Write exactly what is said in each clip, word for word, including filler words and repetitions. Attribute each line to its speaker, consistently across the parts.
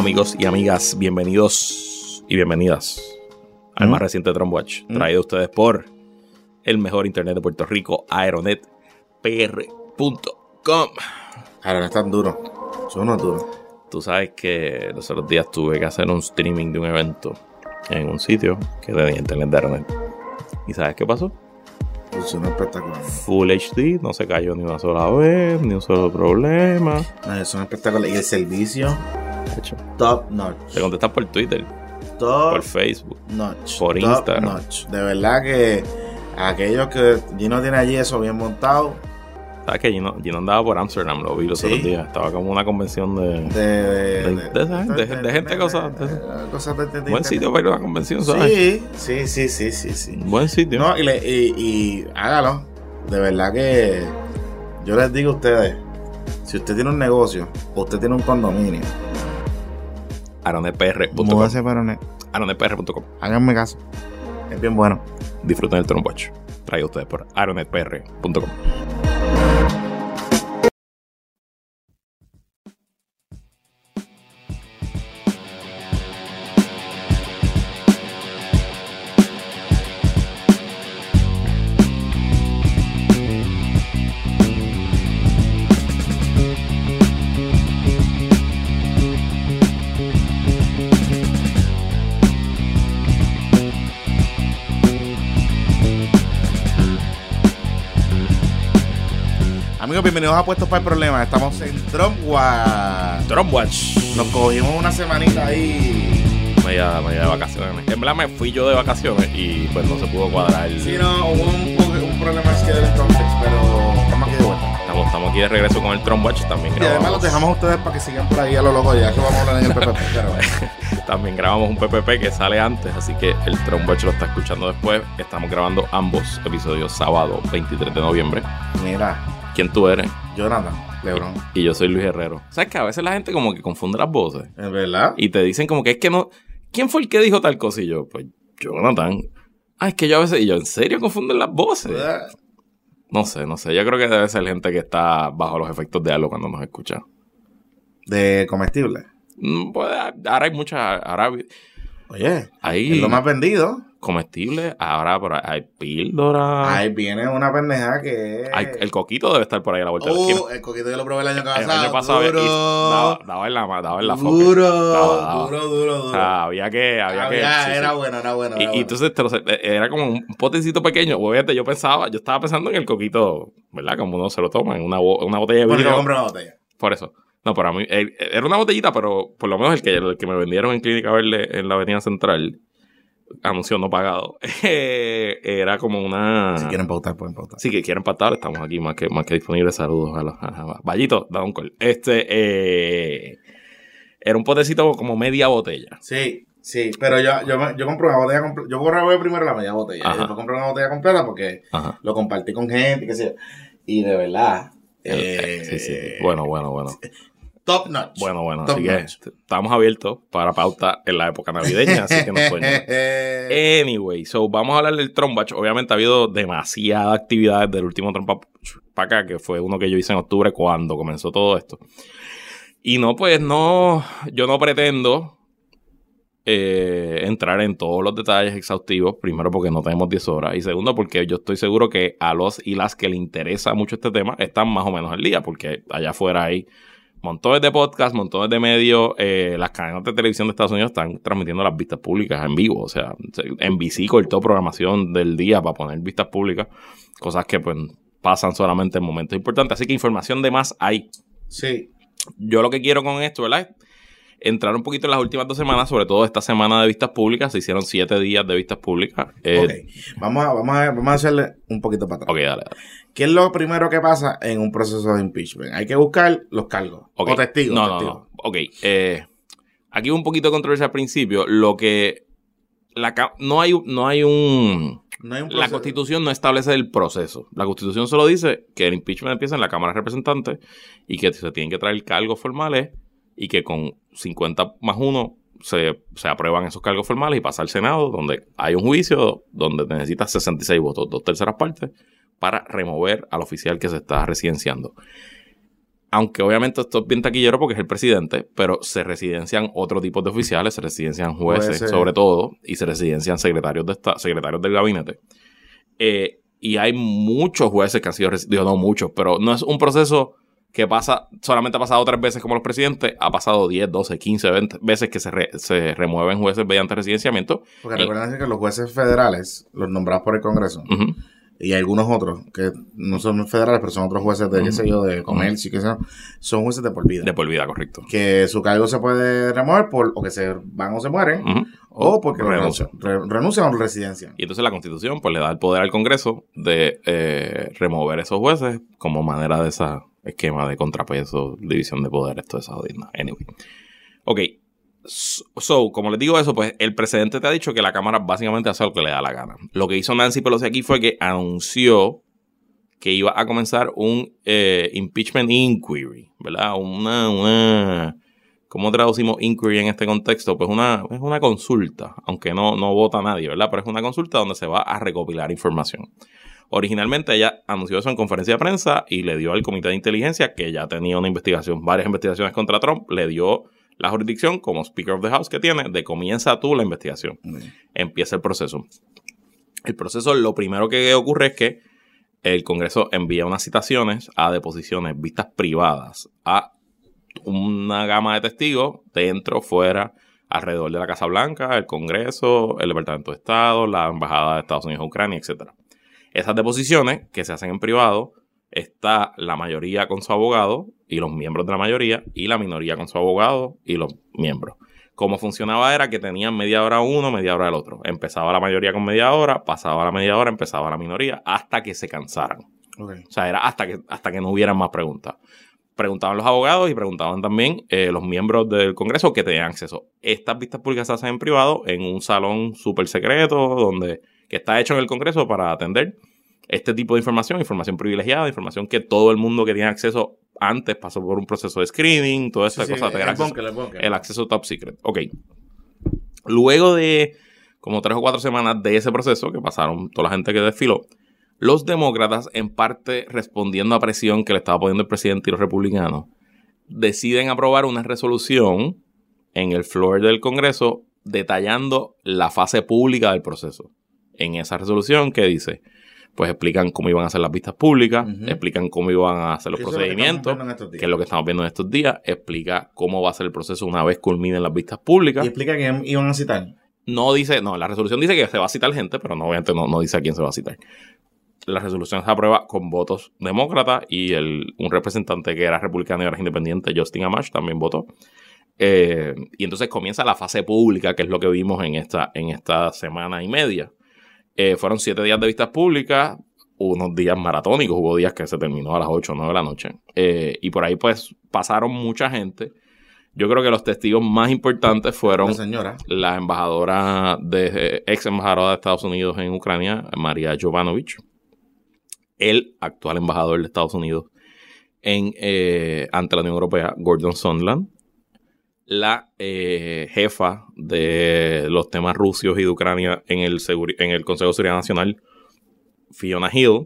Speaker 1: amigos y amigas, bienvenidos y bienvenidas al mm. más reciente Trump Watch, mm. traído a ustedes por el mejor internet de Puerto Rico, aeronet p r punto com.
Speaker 2: Aeronet es tan duro, son unos duros.
Speaker 1: Tú sabes que los otros días tuve que hacer un streaming de un evento en un sitio que tenía internet de Aeronet. ¿Y sabes qué pasó?
Speaker 2: Funcionó espectacular.
Speaker 1: Full H D, no se cayó ni una sola vez, ni un solo problema.
Speaker 2: No, eso es espectacular. Y el servicio,
Speaker 1: hecho,
Speaker 2: top notch.
Speaker 1: Te contestas por Twitter,
Speaker 2: top
Speaker 1: por Facebook,
Speaker 2: notch,
Speaker 1: por
Speaker 2: top
Speaker 1: Instagram.
Speaker 2: Notch. De verdad que aquellos que Gino tiene allí eso bien montado.
Speaker 1: ¿Sabes que Gino, Gino andaba por Amsterdam? Lo vi los ¿Sí? otros días. Estaba como una convención de...
Speaker 2: De, de,
Speaker 1: de, de, de esa gente, de, de, de gente, de, cosas... De,
Speaker 2: de, cosas de, de, de,
Speaker 1: buen sitio para ir a una convención, ¿sabes?
Speaker 2: Sí, sí, sí, sí, sí, sí.
Speaker 1: Buen sitio.
Speaker 2: No, y, le, y, y hágalo. De verdad que yo les digo a ustedes, si usted tiene un negocio o usted tiene un condominio,
Speaker 1: aeronet p r punto com.
Speaker 2: Múdase para Aeronet.
Speaker 1: aeronet p r punto com.
Speaker 2: Háganme caso. Es bien bueno.
Speaker 1: Disfruten el Trump Watch. Traído a ustedes por aeronet p r punto com.
Speaker 2: Amigos, bienvenidos a Puestos para el Problema. Estamos en Trump Watch.
Speaker 1: Trump Watch.
Speaker 2: Nos cogimos una semanita ahí.
Speaker 1: Media, media de vacaciones. En verdad me fui yo de vacaciones y pues no se pudo cuadrar.
Speaker 2: Sí, no, hubo un, un problema es que del Trump Watch, pero estamos aquí de vuelta.
Speaker 1: Estamos, estamos aquí de regreso con el Trump Watch. También
Speaker 2: y además los dejamos a ustedes para que sigan por ahí a lo loco, ya que vamos a hablar en el P P P. Pero...
Speaker 1: También grabamos un P P P que sale antes, así que el Trump Watch lo está escuchando después. Estamos grabando ambos episodios sábado veintitrés de noviembre.
Speaker 2: Mira.
Speaker 1: ¿Quién tú eres?
Speaker 2: Jonathan Lebron.
Speaker 1: Y, y yo soy Luis Herrero. ¿Sabes que a veces la gente como que confunde las voces?
Speaker 2: ¿Es verdad?
Speaker 1: Y te dicen como que es que no... ¿Quién fue el que dijo tal cosa? Y yo, pues, Jonathan. Ah, es que yo a veces... Y yo, ¿en serio confunden las voces? ¿Verdad? No sé, no sé. Yo creo que debe ser gente que está bajo los efectos de algo cuando nos escucha.
Speaker 2: ¿De comestibles?
Speaker 1: Pues ahora hay muchas... Ahora,
Speaker 2: Oye,
Speaker 1: hay
Speaker 2: es lo más vendido.
Speaker 1: Comestibles, ahora por ahí hay píldoras.
Speaker 2: Ahí viene una pendeja que
Speaker 1: hay, el coquito debe estar por ahí a la vuelta
Speaker 2: uh,
Speaker 1: de la esquina.
Speaker 2: El coquito yo lo probé el año pasado.
Speaker 1: El año pasado
Speaker 2: duro.
Speaker 1: Daba, daba en la daba en la foca.
Speaker 2: Duro,
Speaker 1: daba, daba.
Speaker 2: duro, duro, duro.
Speaker 1: O sea, había que... Había, había que
Speaker 2: sí, era
Speaker 1: sí.
Speaker 2: bueno, era bueno.
Speaker 1: Y,
Speaker 2: era
Speaker 1: y entonces te lo, era como un potecito pequeño. Obviamente yo pensaba, yo estaba pensando en el coquito, ¿verdad? Como uno se lo toma en una, una botella de
Speaker 2: vidrio.
Speaker 1: Bueno,
Speaker 2: yo compré una botella.
Speaker 1: Por eso. No, para mí, era una botellita, pero por lo menos el que, el que me vendieron en Clínica Verde en la Avenida Central... anuncio no pagado. Era como una...
Speaker 2: Si quieren pautar, pueden pautar.
Speaker 1: Si sí, quieren pautar, estamos aquí más que, más que disponibles. Saludos a los... Vallito, da un call. Este, eh, era un potecito como media botella.
Speaker 2: Sí, sí, pero yo, yo, yo compré una botella completa. Yo compré primero la media botella. Ajá. Y después compré una botella completa porque Ajá. lo compartí con gente, qué sé yo. Y de verdad...
Speaker 1: Eh, sí, sí. Bueno, bueno, bueno.
Speaker 2: Top notch.
Speaker 1: Bueno, bueno,
Speaker 2: Top
Speaker 1: así
Speaker 2: notch.
Speaker 1: que estamos abiertos para pauta en la época navideña, así que no sueñen. Anyway, so vamos a hablar del Trump Watch. Obviamente ha habido demasiadas actividades del último Trump Watch para acá, que fue uno que yo hice en octubre cuando comenzó todo esto. Y no, pues no, yo no pretendo eh, entrar en todos los detalles exhaustivos. Primero porque no tenemos diez horas y segundo porque yo estoy seguro que a los y las que les interesa mucho este tema están más o menos al día, porque allá afuera hay montones de podcasts, montones de medios. Eh, las cadenas de televisión de Estados Unidos están transmitiendo las vistas públicas en vivo. O sea, N B C cortó programación del día para poner vistas públicas. Cosas que pues pasan solamente en momentos importantes. Así que información de más hay.
Speaker 2: Sí.
Speaker 1: Yo lo que quiero con esto, ¿verdad? Entrar un poquito en las últimas dos semanas, sobre todo esta semana de vistas públicas. Se hicieron siete días de vistas públicas. Eh,
Speaker 2: ok. Vamos a, vamos, a, vamos a hacerle un poquito para atrás.
Speaker 1: Ok, dale, dale.
Speaker 2: ¿Qué es lo primero que pasa en un proceso de impeachment? Hay que buscar los cargos.
Speaker 1: Okay.
Speaker 2: O testigos.
Speaker 1: No,
Speaker 2: testigos.
Speaker 1: no, no. Ok. Eh, aquí hubo un poquito de controversia al principio. Lo que... La, no, hay, no hay un...
Speaker 2: No hay un
Speaker 1: la Constitución no establece el proceso. La Constitución solo dice que el impeachment empieza en la Cámara de Representantes y que se tienen que traer cargos formales y que con cincuenta más uno se, se aprueban esos cargos formales y pasa al Senado, donde hay un juicio donde necesitas sesenta y seis votos, dos terceras partes, para remover al oficial que se está residenciando. aunque obviamente esto es bien taquillero porque es el presidente, pero se residencian otro tipo de oficiales, se residencian jueces, Juece. sobre todo, y se residencian secretarios de esta, secretarios del gabinete. Eh, y hay muchos jueces que han sido, digo, no muchos, pero no es un proceso que pasa, solamente ha pasado tres veces como los presidentes, ha pasado diez, doce, quince, veinte veces que se, re, se remueven jueces mediante residenciamiento.
Speaker 2: Porque recuerden que los jueces federales, los nombrados por el Congreso, uh-huh. y algunos otros, que no son federales, pero son otros jueces de, uh-huh. qué sé yo, de comercio, uh-huh. qué sé yo, son jueces de por vida.
Speaker 1: De por vida, correcto.
Speaker 2: Que su cargo se puede remover por, o que se van o se mueren, uh-huh. o porque renuncian. Re, renuncian o residencian.
Speaker 1: Y entonces la Constitución pues le da el poder al Congreso de eh, remover esos jueces como manera de esa esquema de contrapeso, división de poderes, toda esa jodida. Anyway. Ok. So, so, como les digo eso, pues el presidente te ha dicho que la Cámara básicamente hace lo que le da la gana. Lo que hizo Nancy Pelosi aquí fue que anunció que iba a comenzar un eh, impeachment inquiry, ¿verdad? Una, una, ¿cómo traducimos inquiry en este contexto? Pues una, es una consulta, aunque no, no vota nadie, ¿verdad? Pero es una consulta donde se va a recopilar información. Originalmente ella anunció eso en conferencia de prensa y le dio al Comité de Inteligencia, que ya tenía una investigación, varias investigaciones contra Trump, le dio la jurisdicción como Speaker of the House que tiene, de comienza tú la investigación. Mm. Empieza el proceso. El proceso, lo primero que ocurre es que el Congreso envía unas citaciones a deposiciones, vistas privadas, a una gama de testigos dentro, fuera, alrededor de la Casa Blanca, el Congreso, el Departamento de Estado, la Embajada de Estados Unidos a Ucrania, etcétera. Esas deposiciones que se hacen en privado, está la mayoría con su abogado y los miembros de la mayoría, y la minoría con su abogado y los miembros. Cómo funcionaba era que tenían media hora uno, media hora el otro. Empezaba la mayoría con media hora, pasaba la media hora, empezaba la minoría, hasta que se cansaran. Okay. O sea, era hasta que, hasta que no hubieran más preguntas. Preguntaban los abogados y preguntaban también eh, los miembros del Congreso que tenían acceso. Estas vistas públicas se hacen en privado, en un salón súper secreto, donde, que está hecho en el Congreso para atender este tipo de información, información privilegiada, información que todo el mundo que tiene acceso antes pasó por un proceso de screening, toda esa sí, cosa. Sí, el, acceso, bunker, el, bunker. el acceso top secret. Ok. Luego de como tres o cuatro semanas de ese proceso, que pasaron toda la gente que desfiló, los demócratas, en parte respondiendo a presión que le estaba poniendo el presidente y los republicanos, deciden aprobar una resolución en el floor del Congreso detallando la fase pública del proceso. En esa resolución que dice, pues explican cómo iban a hacer las vistas públicas, uh-huh. explican cómo iban a hacer los procedimientos, que es lo que estamos viendo en estos días, explica cómo va a ser el proceso una vez culminen las vistas públicas.
Speaker 2: ¿Y explica quién iban a citar?
Speaker 1: No dice, no, la resolución dice que se va a citar gente, pero no, obviamente no, no dice a quién se va a citar. La resolución se aprueba con votos demócratas y el, un representante que era republicano y era independiente, Justin Amash, también votó. Eh, y entonces comienza la fase pública, que es lo que vimos en esta, en esta semana y media. Eh, fueron siete días de vistas públicas, unos días maratónicos, hubo días que se terminó a las ocho o nueve de la noche. Eh, y por ahí pues pasaron mucha gente. Yo creo que los testigos más importantes fueron la, señora. la embajadora, de, ex embajadora de Estados Unidos en Ucrania, María Jovanovic, el actual embajador de Estados Unidos en, eh, ante la Unión Europea, Gordon Sondland, la eh, jefa de los temas rusos y de Ucrania en el, Seguri- en el Consejo de Seguridad Nacional, Fiona Hill,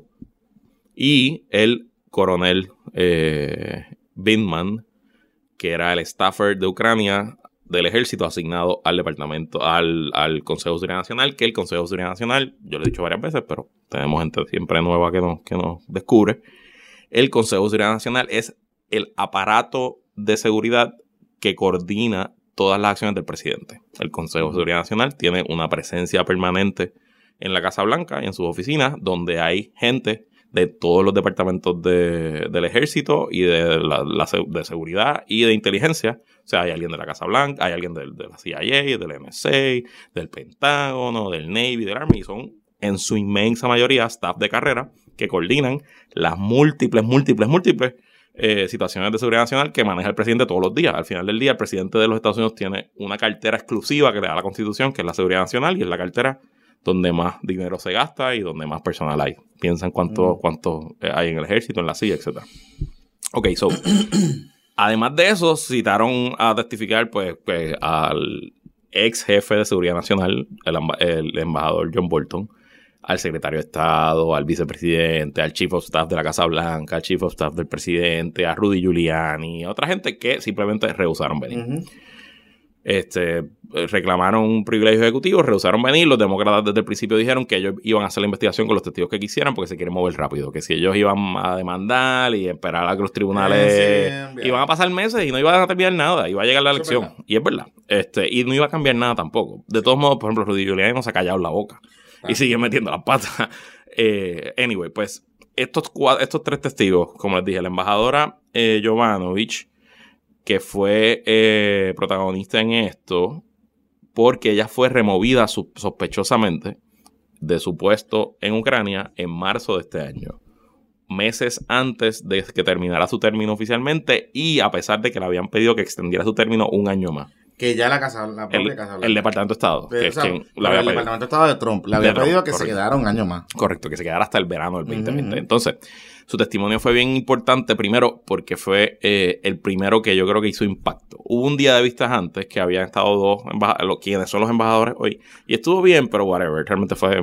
Speaker 1: y el coronel eh, Vindman, que era el staffer de Ucrania del ejército asignado al departamento, al, al Consejo de Seguridad Nacional, que el Consejo de Seguridad Nacional, yo lo he dicho varias veces, pero tenemos gente siempre nueva que nos, que nos descubre. El Consejo de Seguridad Nacional es el aparato de seguridad que coordina todas las acciones del presidente. El Consejo de Seguridad Nacional tiene una presencia permanente en la Casa Blanca y en sus oficinas, donde hay gente de todos los departamentos de, del ejército y de, la, la, de seguridad y de inteligencia. O sea, hay alguien de la Casa Blanca, hay alguien de, de la C I A, del N S A, del Pentágono, del Navy, del Army, y son en su inmensa mayoría staff de carrera que coordinan las múltiples, múltiples, múltiples eh, situaciones de seguridad nacional que maneja el presidente todos los días. Al final del día, el presidente de los Estados Unidos tiene una cartera exclusiva que le da la Constitución, que es la seguridad nacional, y es la cartera donde más dinero se gasta y donde más personal hay. Piensan cuánto, mm. cuánto hay en el ejército, en la C I A, etcétera. Ok, so, además de eso, citaron a testificar pues, pues al ex jefe de seguridad nacional, el, el embajador John Bolton, al secretario de Estado, al vicepresidente, al chief of staff de la Casa Blanca, al chief of staff del presidente, a Rudy Giuliani, a otra gente que simplemente rehusaron venir. Uh-huh. Este, reclamaron un privilegio ejecutivo, rehusaron venir. Los demócratas desde el principio dijeron que ellos iban a hacer la investigación con los testigos que quisieran porque se quieren mover rápido, que si ellos iban a demandar y esperar a que los tribunales sí, iban a pasar meses y no iban a terminar nada, iba a llegar la elección. Es y es verdad. Este, y no iba a cambiar nada tampoco. De todos modos, por ejemplo, Rudy Giuliani no se ha callado la boca ah. y sigue metiendo las patas. eh, anyway, pues estos, cuatro, estos tres testigos, como les dije, la embajadora eh, Jovanovic, que fue eh, protagonista en esto, porque ella fue removida su- sospechosamente de su puesto en Ucrania en marzo de este año, meses antes de que terminara su término oficialmente y a pesar de que le habían pedido que extendiera su término un año más.
Speaker 2: Que ya la casa, la propia
Speaker 1: el,
Speaker 2: Casa Blanca.
Speaker 1: El Departamento de Estado.
Speaker 2: Pero,
Speaker 1: que
Speaker 2: o sea,
Speaker 1: es quien la había
Speaker 2: el
Speaker 1: pedido.
Speaker 2: Departamento de Estado de Trump le había
Speaker 1: de
Speaker 2: pedido
Speaker 1: Trump,
Speaker 2: que
Speaker 1: correcto.
Speaker 2: se quedara un año más.
Speaker 1: Correcto, que se quedara hasta el verano del veinte veinte.
Speaker 2: Uh-huh.
Speaker 1: Entonces, su testimonio fue bien importante, primero, porque fue eh, el primero que yo creo que hizo impacto. Hubo un día de vistas antes que habían estado dos embajadores, quienes son los embajadores hoy, y estuvo bien, pero whatever, realmente fue...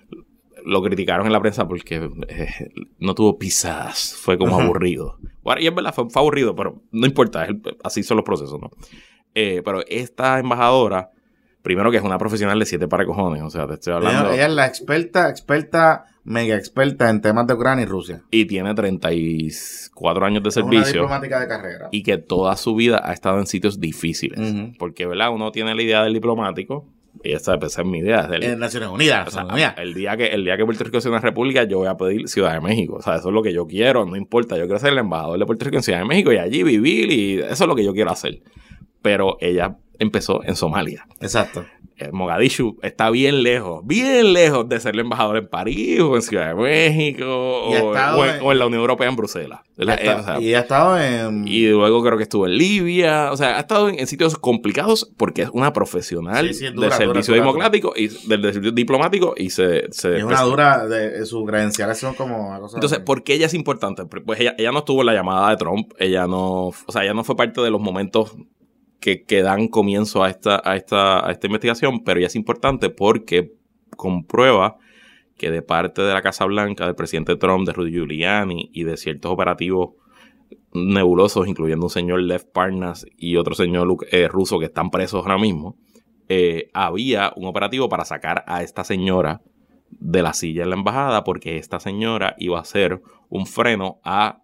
Speaker 1: Lo criticaron en la prensa porque eh, no tuvo pisadas, fue como uh-huh. aburrido. Bueno, y es verdad, fue, fue aburrido, pero no importa, es el, así son los procesos, ¿no? Eh, pero esta embajadora, primero que es una profesional de siete para cojones, o sea, te estoy hablando...
Speaker 2: Ella, ella es la experta, experta, mega experta en temas de Ucrania y Rusia.
Speaker 1: Y tiene treinta y cuatro años de
Speaker 2: es
Speaker 1: servicio.
Speaker 2: Una diplomática de carrera.
Speaker 1: Y que toda su vida ha estado en sitios difíciles.
Speaker 2: Uh-huh.
Speaker 1: Porque, ¿verdad? Uno tiene la idea del diplomático, y esa, esa es mi idea. Del,
Speaker 2: en Naciones Unidas.
Speaker 1: O sea, el, día que, el día que Puerto Rico sea una república, yo voy a pedir Ciudad de México. O sea, eso es lo que yo quiero, no importa. Yo quiero ser el embajador de Puerto Rico en Ciudad de México y allí vivir, y eso es lo que yo quiero hacer. Pero ella empezó en Somalia.
Speaker 2: Exacto.
Speaker 1: Mogadishu está bien lejos, bien lejos de ser el embajador en París o en Ciudad de México o, o, en, en, o en la Unión Europea en Bruselas.
Speaker 2: Y, está, o sea, y ha estado en...
Speaker 1: Y luego creo que estuvo en Libia. O sea, ha estado en, en sitios complicados porque es una profesional sí, sí, dura, del servicio dura, dura, democrático dura. y del, del servicio diplomático y se... se
Speaker 2: y es una dura... De, sus credenciales son como... Una cosa
Speaker 1: Entonces, ¿por qué ella es importante? Pues ella, ella no estuvo en la llamada de Trump. Ella no... O sea, ella no fue parte de los momentos... Que, que dan comienzo a esta, a, esta, a esta investigación, pero ya es importante porque comprueba que de parte de la Casa Blanca, del presidente Trump, de Rudy Giuliani y de ciertos operativos nebulosos, incluyendo un señor Lev Parnas y otro señor eh, ruso que están presos ahora mismo, eh, había un operativo para sacar a esta señora de la silla en la embajada porque esta señora iba a hacer un freno a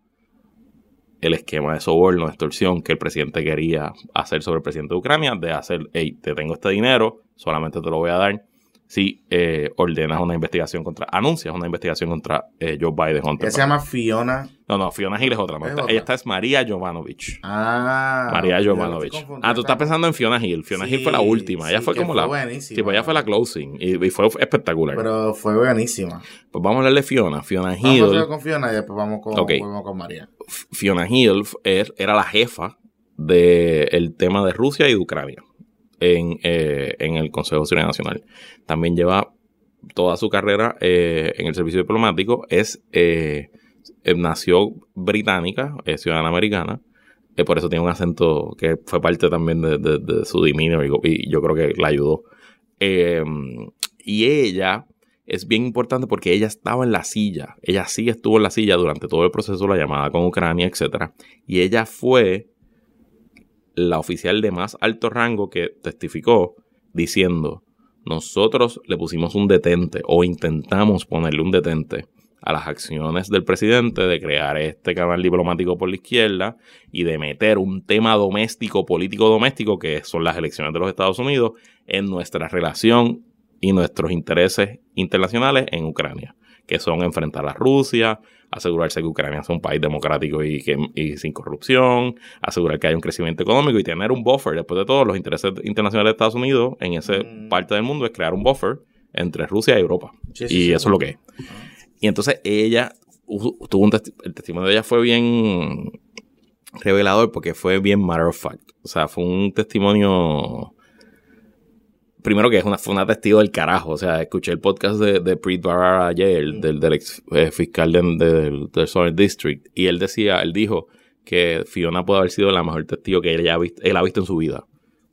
Speaker 1: el esquema de soborno, de extorsión que el presidente quería hacer sobre el presidente de Ucrania, de hacer, hey, te tengo este dinero, solamente te lo voy a dar si eh, ordenas una investigación contra, anuncias una investigación contra eh, Joe Biden.
Speaker 2: ¿Qué se llama Fiona?
Speaker 1: No, no, Fiona Hill es otra. No,
Speaker 2: ¿Es
Speaker 1: esta,
Speaker 2: otra?
Speaker 1: ella esta es María Jovanovic.
Speaker 2: Ah.
Speaker 1: María Jovanovic. Ah, tú estás pensando en Fiona Hill. Fiona
Speaker 2: sí,
Speaker 1: Hill fue la última. Ella
Speaker 2: sí,
Speaker 1: fue como
Speaker 2: fue
Speaker 1: la...
Speaker 2: buenísima.
Speaker 1: Sí, pues ella fue la closing y, y fue espectacular.
Speaker 2: Pero fue buenísima.
Speaker 1: Pues vamos a hablar de Fiona. Fiona Hill...
Speaker 2: Vamos a hablar con Fiona y después vamos con,
Speaker 1: okay.
Speaker 2: vamos con María.
Speaker 1: Fiona Hill er, era la jefa del tema de Rusia y de Ucrania en, eh, en el Consejo de Seguridad Nacional. También lleva toda su carrera eh, en el servicio diplomático. Es eh, eh, nació británica, es ciudadana americana. Eh, por eso tiene un acento que fue parte también de, de, de su demeanor y, y yo creo que la ayudó. Eh, y ella es bien importante porque ella estaba en la silla. Ella sí estuvo en la silla durante todo el proceso, la llamada con Ucrania, etcétera. Y ella fue la oficial de más alto rango que testificó diciendo: nosotros le pusimos un detente o intentamos ponerle un detente a las acciones del presidente de crear este canal diplomático por la izquierda y de meter un tema doméstico, político doméstico, que son las elecciones de los Estados Unidos, en nuestra relación y nuestros intereses internacionales en Ucrania, que son enfrentar a Rusia, asegurarse que Ucrania es un país democrático y, que, y sin corrupción, asegurar que hay un crecimiento económico y tener un buffer. Después de todo, los intereses internacionales de Estados Unidos en esa mm. parte del mundo es crear un buffer entre Rusia y Europa. Sí, sí, y sí, eso sí. es lo que es. Y entonces ella tuvo un testi- el testimonio de ella fue bien revelador porque fue bien matter of fact. O sea, fue un testimonio... Primero que es una, fue una testigo del carajo. O sea, escuché el podcast de, de Preet Bharara ayer, mm. del, del ex eh, fiscal de, de, del, del Southern District. Y él decía, él dijo que Fiona puede haber sido la mejor testigo que él, haya visto, él ha visto en su vida. O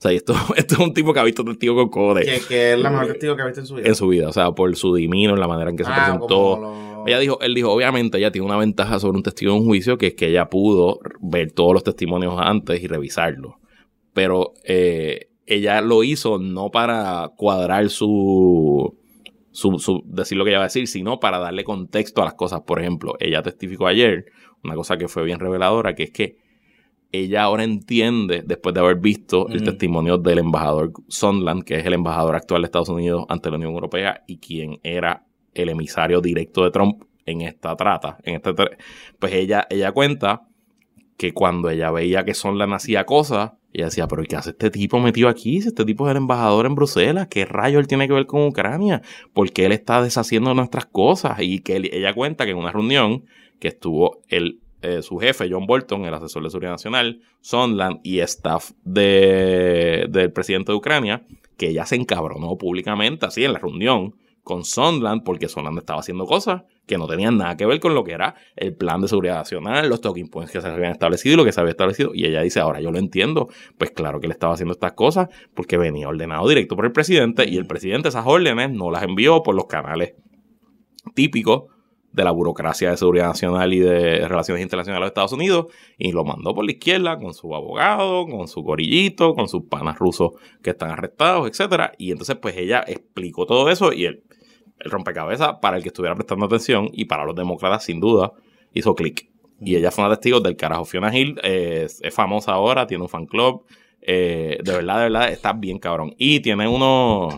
Speaker 1: O sea, esto, esto es un tipo que ha visto testigo con cojones.
Speaker 2: Que, que es la mejor testigo que ha visto en su vida.
Speaker 1: En su vida, o sea, por su dimino, en la manera en que ah, se presentó. Lo... Ella dijo, él dijo, obviamente ella tiene una ventaja sobre un testigo en un juicio, que es que ella pudo ver todos los testimonios antes y revisarlos. Pero eh, ella lo hizo no para cuadrar su, su, su, decir lo que ella va a decir, sino para darle contexto a las cosas. Por ejemplo, ella testificó ayer, una cosa que fue bien reveladora, que es que ella ahora entiende, después de haber visto mm. el testimonio del embajador Sondland, que es el embajador actual de Estados Unidos ante la Unión Europea y quien era el emisario directo de Trump en esta trata. En este tra- pues ella, ella cuenta que cuando ella veía que Sondland hacía cosas, ella decía, pero ¿qué hace este tipo metido aquí? Si este tipo es el embajador en Bruselas, ¿qué rayo él tiene que ver con Ucrania? ¿Por qué él está deshaciendo nuestras cosas? Y que él, ella cuenta que en una reunión que estuvo el Eh, su jefe, John Bolton, el asesor de seguridad nacional, Sondland y staff de, del presidente de Ucrania, que ella se encabronó públicamente, así en la reunión, con Sondland, porque Sondland estaba haciendo cosas que no tenían nada que ver con lo que era el plan de seguridad nacional, los talking points que se habían establecido y lo que se había establecido. Y ella dice, ahora yo lo entiendo. Pues claro que él estaba haciendo estas cosas porque venía ordenado directo por el presidente y el presidente esas órdenes no las envió por los canales típicos de la burocracia de seguridad nacional y de relaciones internacionales de Estados Unidos, y lo mandó por la izquierda con su abogado, con su gorillito, con sus panas rusos que están arrestados, etcétera. Y entonces pues ella explicó todo eso y el, el rompecabezas para el que estuviera prestando atención y para los demócratas sin duda hizo clic. Y ella fue una testigo del carajo. Fiona Hill eh, es, es famosa ahora, tiene un fan club, eh, de verdad, de verdad está bien cabrón. Y tiene unos...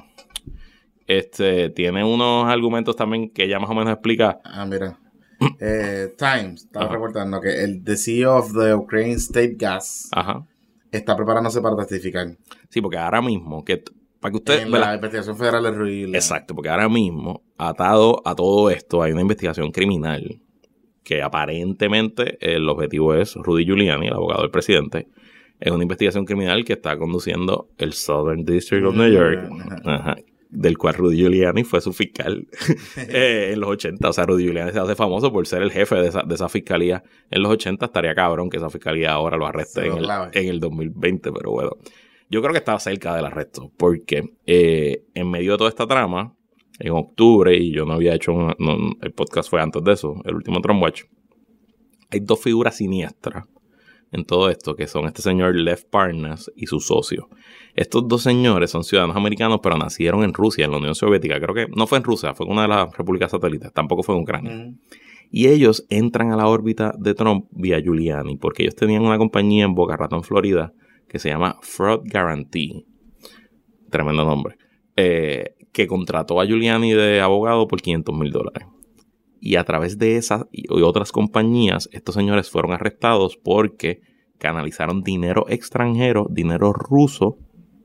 Speaker 1: Este, tiene unos argumentos también que ella más o menos explica.
Speaker 2: Ah, mira. eh, Times estaba Ajá. reportando que el the C E O of the Ukraine State Gas Ajá. está preparándose para testificar.
Speaker 1: Sí, porque ahora mismo, que para que usted...
Speaker 2: En la, la investigación federal es Rudy.
Speaker 1: Exacto, porque ahora mismo, atado a todo esto, hay una investigación criminal que aparentemente el objetivo es Rudy Giuliani, el abogado del presidente. Es una investigación criminal que está conduciendo el Southern District of New York. Ajá. Del cual Rudy Giuliani fue su fiscal eh, en los ochenta. O sea, Rudy Giuliani se hace famoso por ser el jefe de esa, de esa fiscalía en los ochenta. Estaría cabrón que esa fiscalía ahora lo arreste en el, en el dos mil veinte, pero bueno. Yo creo que estaba cerca del arresto, porque eh, en medio de toda esta trama, en octubre, y yo no había hecho, un, no, el podcast fue antes de eso, el último Trump Watch, hay dos figuras siniestras en todo esto, que son este señor Lev Parnas y su socio. Estos dos señores son ciudadanos americanos, pero nacieron en Rusia, en la Unión Soviética. Creo que no fue en Rusia, fue en una de las repúblicas satélites, tampoco fue en Ucrania. Mm. Y ellos entran a la órbita de Trump vía Giuliani, porque ellos tenían una compañía en Boca Ratón, Florida, que se llama Fraud Guarantee. Tremendo nombre. Eh, que contrató a Giuliani de abogado por quinientos mil dólares. Y a través de esas y otras compañías, estos señores fueron arrestados porque canalizaron dinero extranjero, dinero ruso,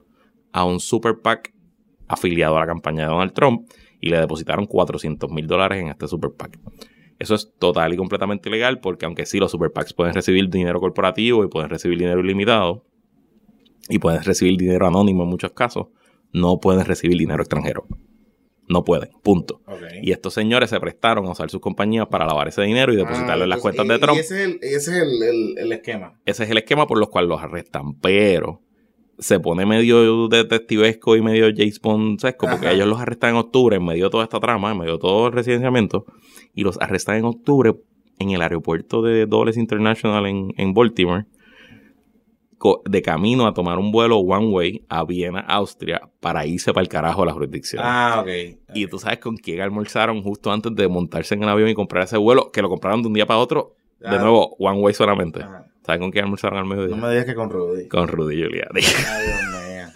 Speaker 1: a un super PAC afiliado a la campaña de Donald Trump y le depositaron cuatrocientos mil dólares en este super PAC. Eso es total y completamente ilegal porque aunque sí los super PACs pueden recibir dinero corporativo y pueden recibir dinero ilimitado y pueden recibir dinero anónimo en muchos casos, no pueden recibir dinero extranjero. No pueden, punto. Okay. Y estos señores se prestaron a usar sus compañías para lavar ese dinero y depositarlo ah, en las cuentas
Speaker 2: y,
Speaker 1: de Trump.
Speaker 2: Y ese es, el, ese es el, el, el esquema.
Speaker 1: Ese es el esquema por los cuales los arrestan. Pero se pone medio detectivesco y medio James Bond-esco porque Ajá. ellos los arrestan en octubre en medio de toda esta trama, en medio de todo el residenciamiento, y los arrestan en octubre en el aeropuerto de Dulles International en, en Baltimore, de camino a tomar un vuelo one way a Viena, Austria, para irse para el carajo a la jurisdicción.
Speaker 2: Ah, ok. okay.
Speaker 1: Y tú sabes con quién almorzaron justo antes de montarse en el avión y comprar ese vuelo, que lo compraron de un día para otro, ah, de nuevo, one way solamente. Ajá. ¿Sabes con quién almorzaron al mediodía?
Speaker 2: No me digas que con Rudy.
Speaker 1: Con Rudy Giuliani.
Speaker 2: Ay, Dios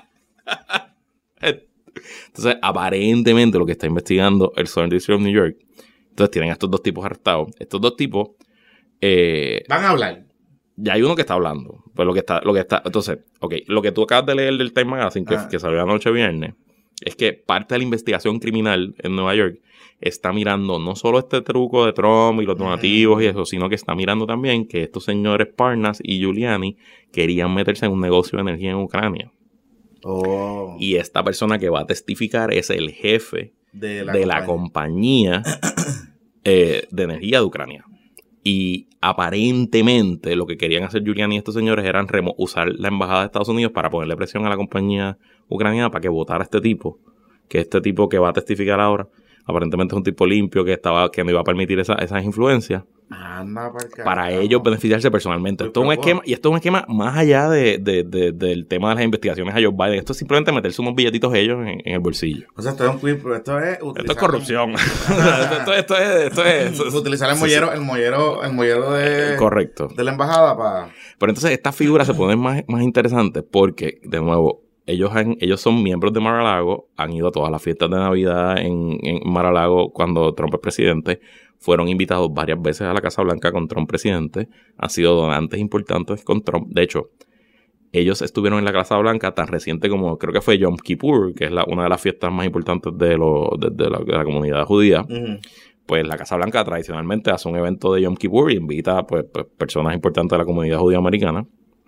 Speaker 1: mío. Entonces, aparentemente lo que está investigando el Southern District of New York, entonces tienen a estos dos tipos arrestados. Estos dos tipos... Eh,
Speaker 2: ¿Van a hablar?
Speaker 1: Ya hay uno que está hablando. Pues lo que está, lo que está, entonces, ok, lo que tú acabas de leer del Time Magazine, que, ah. que salió anoche viernes, es que parte de la investigación criminal en Nueva York está mirando no solo este truco de Trump y los donativos mm. y eso, sino que está mirando también que estos señores Parnas y Giuliani querían meterse en un negocio de energía en Ucrania.
Speaker 2: Oh.
Speaker 1: Y esta persona que va a testificar es el jefe de la de compañía, la compañía eh, de energía de Ucrania. Y aparentemente lo que querían hacer Giuliani y estos señores eran remo- usar la embajada de Estados Unidos para ponerle presión a la compañía ucraniana para que votara a este tipo, que este tipo que va a testificar ahora, aparentemente es un tipo limpio que estaba que no iba a permitir esa, esas influencias.
Speaker 2: Anda para,
Speaker 1: para ellos beneficiarse personalmente. Esto es un esquema, y esto es un esquema más allá de, de, de, del tema de las investigaciones a Joe Biden. Esto es simplemente meterse unos billetitos ellos en, en el bolsillo.
Speaker 2: O sea, esto es un quid, esto es
Speaker 1: esto es corrupción. esto, esto, es, esto es esto es
Speaker 2: utilizar el mollero, sí, sí. el mollero, el mollero de,
Speaker 1: correcto.
Speaker 2: de la embajada para.
Speaker 1: Pero entonces estas figuras se ponen más, más interesantes porque, de nuevo, ellos han, ellos son miembros de Mar-a-Lago, han ido a todas las fiestas de Navidad en, en Mar-a-Lago cuando Trump es presidente. Fueron invitados varias veces a la Casa Blanca con Trump presidente. Han sido donantes importantes con Trump. De hecho, ellos estuvieron en la Casa Blanca tan reciente como, creo que fue Yom Kippur, que es la, una de las fiestas más importantes de, lo, de, de, la, de la comunidad judía. Uh-huh. Pues la Casa Blanca tradicionalmente hace un evento de Yom Kippur y invita pues, pues, personas importantes de la comunidad judía americana.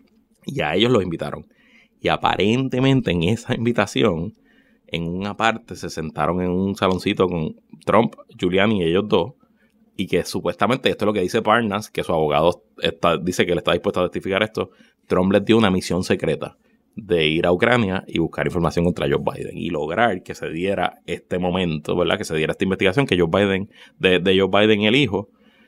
Speaker 1: Y a ellos los invitaron. Y aparentemente en esa invitación, en una parte se sentaron en un saloncito con Trump, Giuliani y ellos dos. Y que supuestamente, esto es lo que dice Parnas, que su abogado está, dice que él está dispuesto a testificar esto, Trump les dio una misión secreta de ir a Ucrania y buscar información contra Joe Biden y lograr que se diera este momento, ¿verdad? Que se diera esta investigación que Joe Biden, de, de Joe Biden y el hijo.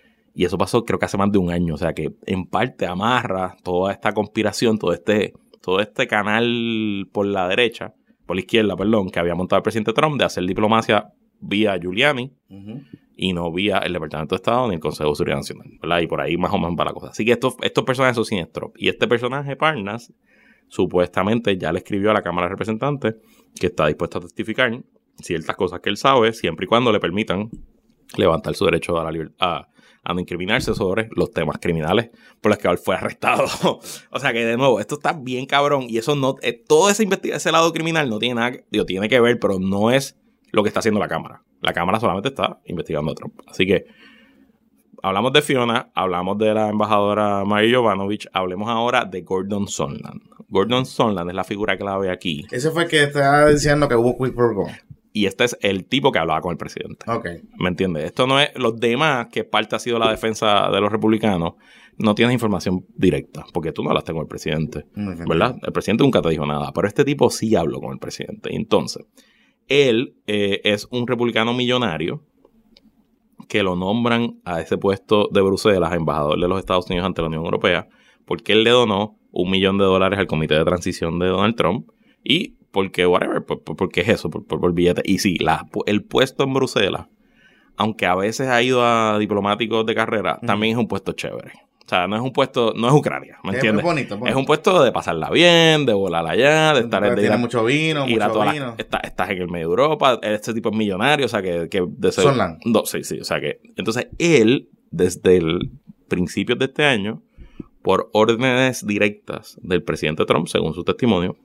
Speaker 1: Y eso pasó creo que hace más de un año. O sea que en parte amarra toda esta conspiración, todo este, todo este canal por la derecha, por la izquierda, perdón, que había montado el presidente Trump de hacer diplomacia vía Giuliani. Uh-huh. Y no vía el Departamento de Estado ni el Consejo de Seguridad Nacional, ¿verdad? Y por ahí más o menos va la cosa. Así que estos, estos personajes son siniestros. Y este personaje, Parnas, supuestamente ya le escribió a la Cámara de Representantes que está dispuesto a testificar ciertas cosas que él sabe, siempre y cuando le permitan levantar su derecho a la libertad, a, a no incriminarse sobre los temas criminales por los que él fue arrestado. O sea que, de nuevo, esto está bien cabrón. Y eso no, eh, todo ese, investiga- ese lado criminal no tiene nada, digo, tiene que ver, pero no es lo que está haciendo la Cámara. La Cámara solamente está investigando a Trump. Así que hablamos de Fiona, hablamos de la embajadora Mary Jovanovic, hablemos ahora de Gordon Sondland. Gordon Sondland es la figura clave aquí.
Speaker 2: Ese fue el que estaba diciendo que hubo quid pro quo.
Speaker 1: Y este es el tipo que hablaba con el presidente.
Speaker 2: Ok.
Speaker 1: ¿Me entiendes? Esto no es... Los demás, que parte ha sido la defensa de los republicanos, no tienes información directa, porque tú no hablaste con el presidente, uh-huh. ¿verdad? El presidente nunca te dijo nada, pero este tipo sí habló con el presidente. Y entonces... Él eh, es un republicano millonario que lo nombran a ese puesto de Bruselas, embajador de los Estados Unidos ante la Unión Europea, porque él le donó un millón de dólares al comité de transición de Donald Trump y porque, whatever, por, por, porque es eso, por, por, por billete. Y sí, la, el puesto en Bruselas, aunque a veces ha ido a diplomáticos de carrera, uh-huh. también es un puesto chévere. O sea, no es un puesto, no es Ucrania, ¿me entiendes? Es bonito, bonito. Es un puesto de pasarla bien, de volar allá, de estar...
Speaker 2: Tiene de ir, mucho vino, ir mucho
Speaker 1: a
Speaker 2: vino.
Speaker 1: La, está, estás en el medio de Europa, este tipo es millonario, o sea, que... que de ser,
Speaker 2: Sondland.
Speaker 1: No, sí, sí, o sea que... Entonces, él, desde el principio de este año, por órdenes directas del presidente Trump, según su testimonio,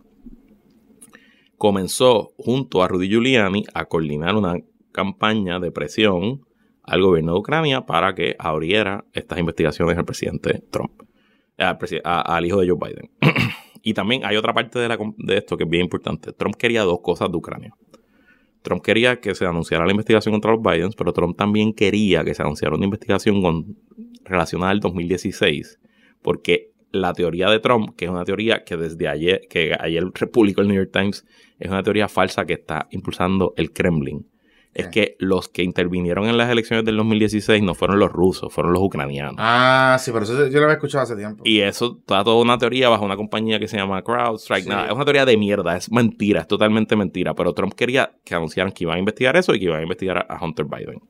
Speaker 1: comenzó junto a Rudy Giuliani a coordinar una campaña de presión al gobierno de Ucrania para que abriera estas investigaciones al presidente Trump, al, presi- a, al hijo de Joe Biden. Y también hay otra parte de, la, de esto que es bien importante. Trump quería dos cosas de Ucrania. Trump quería que se anunciara la investigación contra los Bidens, pero Trump también quería que se anunciara una investigación con, relacionada al dos mil dieciséis, porque la teoría de Trump, que es una teoría que desde ayer, que ayer publicó el New York Times, es una teoría falsa que está impulsando el Kremlin. Es sí. que los que intervinieron en las elecciones del dos mil dieciséis no fueron los rusos, fueron los ucranianos.
Speaker 2: Ah, sí, pero eso yo lo había escuchado hace tiempo.
Speaker 1: Y eso está toda una teoría bajo una compañía que se llama CrowdStrike. Sí. Nada, es una teoría de mierda, es mentira, es totalmente mentira. Pero Trump quería que anunciaran que iban a investigar eso y que iban a investigar a Hunter Biden.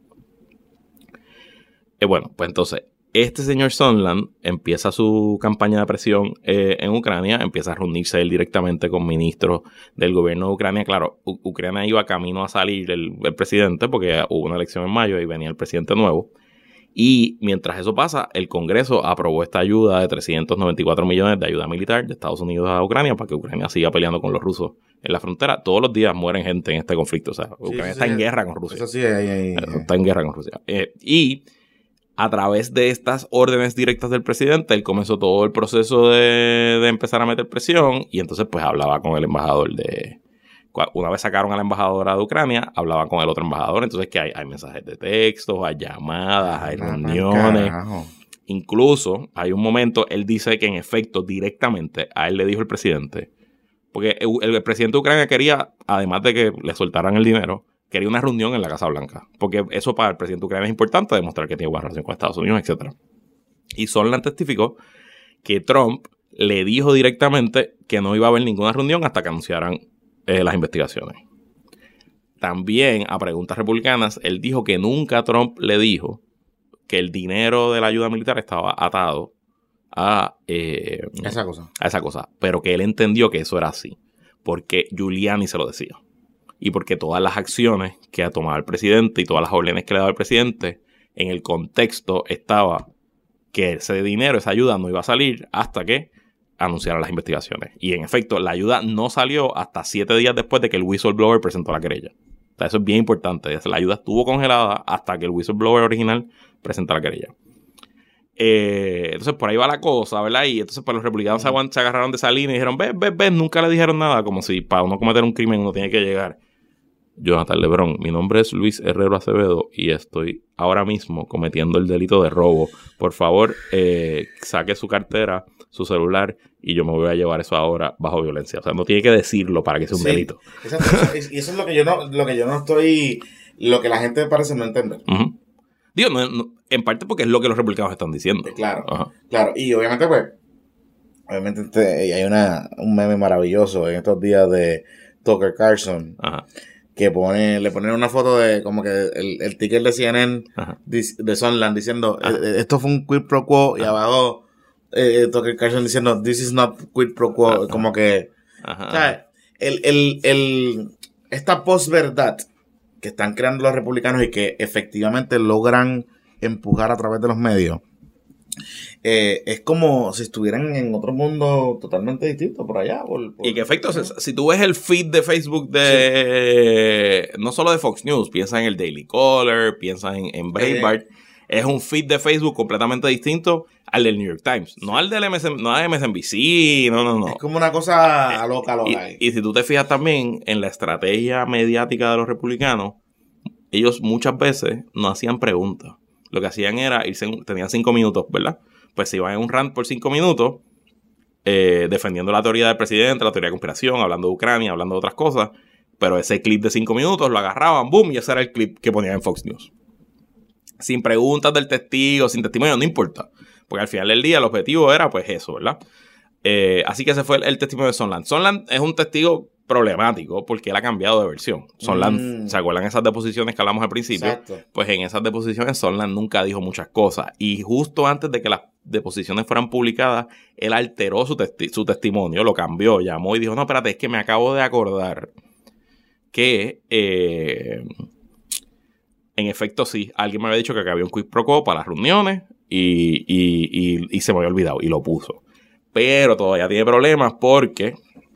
Speaker 1: Eh, bueno, pues entonces, este señor Sondland empieza su campaña de presión eh, en Ucrania, empieza a reunirse él directamente con ministros del gobierno de Ucrania. Claro, U- Ucrania iba camino a salir el, el presidente porque hubo una elección en mayo y venía el presidente nuevo. Y mientras eso pasa, el Congreso aprobó esta ayuda de trescientos noventa y cuatro millones de ayuda militar de Estados Unidos a Ucrania para que Ucrania siga peleando con los rusos en la frontera. Todos los días mueren gente en este conflicto. O sea, Ucrania sí, está sí, en guerra con Rusia.
Speaker 2: Eso sí, ahí, ahí,
Speaker 1: está en guerra con Rusia. Eh, y... A través de estas órdenes directas del presidente, él comenzó todo el proceso de, de empezar a meter presión y entonces pues hablaba con el embajador de... Una vez sacaron a la embajadora de Ucrania, hablaba con el otro embajador, entonces que hay, hay mensajes de texto, hay llamadas, hay reuniones. Incluso hay un momento, él dice que en efecto, directamente, a él le dijo el presidente, porque el, el presidente de Ucrania quería, además de que le soltaran el dinero, quería una reunión en la Casa Blanca, porque eso para el presidente de Ucrania es importante, demostrar que tiene buena relación con Estados Unidos, etcétera. Y Sondland testificó que Trump le dijo directamente que no iba a haber ninguna reunión hasta que anunciaran eh, las investigaciones. También, a preguntas republicanas, él dijo que nunca Trump le dijo que el dinero de la ayuda militar estaba atado a, eh,
Speaker 2: esa cosa.
Speaker 1: a esa cosa, pero que él entendió que eso era así, porque Giuliani se lo decía. Y porque todas las acciones que ha tomado el presidente y todas las órdenes que le ha dado el presidente, en el contexto estaba que ese dinero, esa ayuda no iba a salir hasta que anunciaran las investigaciones. Y en efecto, la ayuda no salió hasta siete días después de que el whistleblower presentó la querella. O sea, eso es bien importante. La ayuda estuvo congelada hasta que el whistleblower original presentó la querella. Eh, entonces, por ahí va la cosa, ¿verdad? Y entonces, pues los republicanos uh-huh. se, se agarraron de esa línea y dijeron, ves, ves, ves, nunca le dijeron nada. Como si para uno cometer un crimen uno tiene que llegar. Jonathan Lebrón, mi nombre es Luis Herrero Acevedo y estoy ahora mismo cometiendo el delito de robo. Por favor, eh, saque su cartera, su celular y yo me voy a llevar eso ahora bajo violencia. O sea, no tiene que decirlo para que sea un sí, delito.
Speaker 2: Exacto. Y eso es lo que yo no, lo que yo no estoy, lo que la gente parece no entender.
Speaker 1: Uh-huh. Digo, no, no, en parte porque es lo que los republicanos están diciendo.
Speaker 2: Claro, uh-huh. claro. Y obviamente, pues, obviamente este, hay una, un meme maravilloso en estos días de Tucker Carlson. Ajá. Uh-huh. Que pone, le ponen una foto de como que el, el ticket de C N N de, de Sondland diciendo eh, esto fue un quid pro quo. Ajá. Y abajo eh, Tucker Carlson diciendo this is not quid pro quo. Ajá. Como que Ajá. ¿sabes? El, el, el, esta posverdad que están creando los republicanos y que efectivamente logran empujar a través de los medios Eh, es como si estuvieran en otro mundo totalmente distinto por allá. Por, por,
Speaker 1: y que efecto, si, si tú ves el feed de Facebook de sí. no solo de Fox News, piensa en el Daily Caller, piensa en, en Breitbart, eh. es un feed de Facebook completamente distinto al del New York Times, no al del M S N, no al M S N B C, no, no, no.
Speaker 2: Es como una cosa loca, loca.
Speaker 1: Y, y si tú te fijas también en la estrategia mediática de los republicanos, ellos muchas veces no hacían preguntas. Lo que hacían era irse, tenían cinco minutos, ¿verdad? Pues se iban en un rant por cinco minutos, eh, defendiendo la teoría del presidente, la teoría de conspiración, hablando de Ucrania, hablando de otras cosas. Pero ese clip de cinco minutos lo agarraban, boom, y ese era el clip que ponían en Fox News. Sin preguntas del testigo, sin testimonio, no importa. Porque al final del día el objetivo era pues eso, ¿verdad? Eh, así que ese fue el, el testimonio de Sondland. Sondland es un testigo problemático porque él ha cambiado de versión. Sondland, mm. ¿se acuerdan esas deposiciones que hablamos al principio? Exacto. Pues en esas deposiciones Sondland nunca dijo muchas cosas. Y justo antes de que las deposiciones fueran publicadas, él alteró su, testi- su testimonio, lo cambió, llamó y dijo, no, espérate, es que me acabo de acordar que eh, en efecto sí, alguien me había dicho que había un quid pro quo para las reuniones y, y, y, y se me había olvidado y lo puso. Pero todavía tiene problemas porque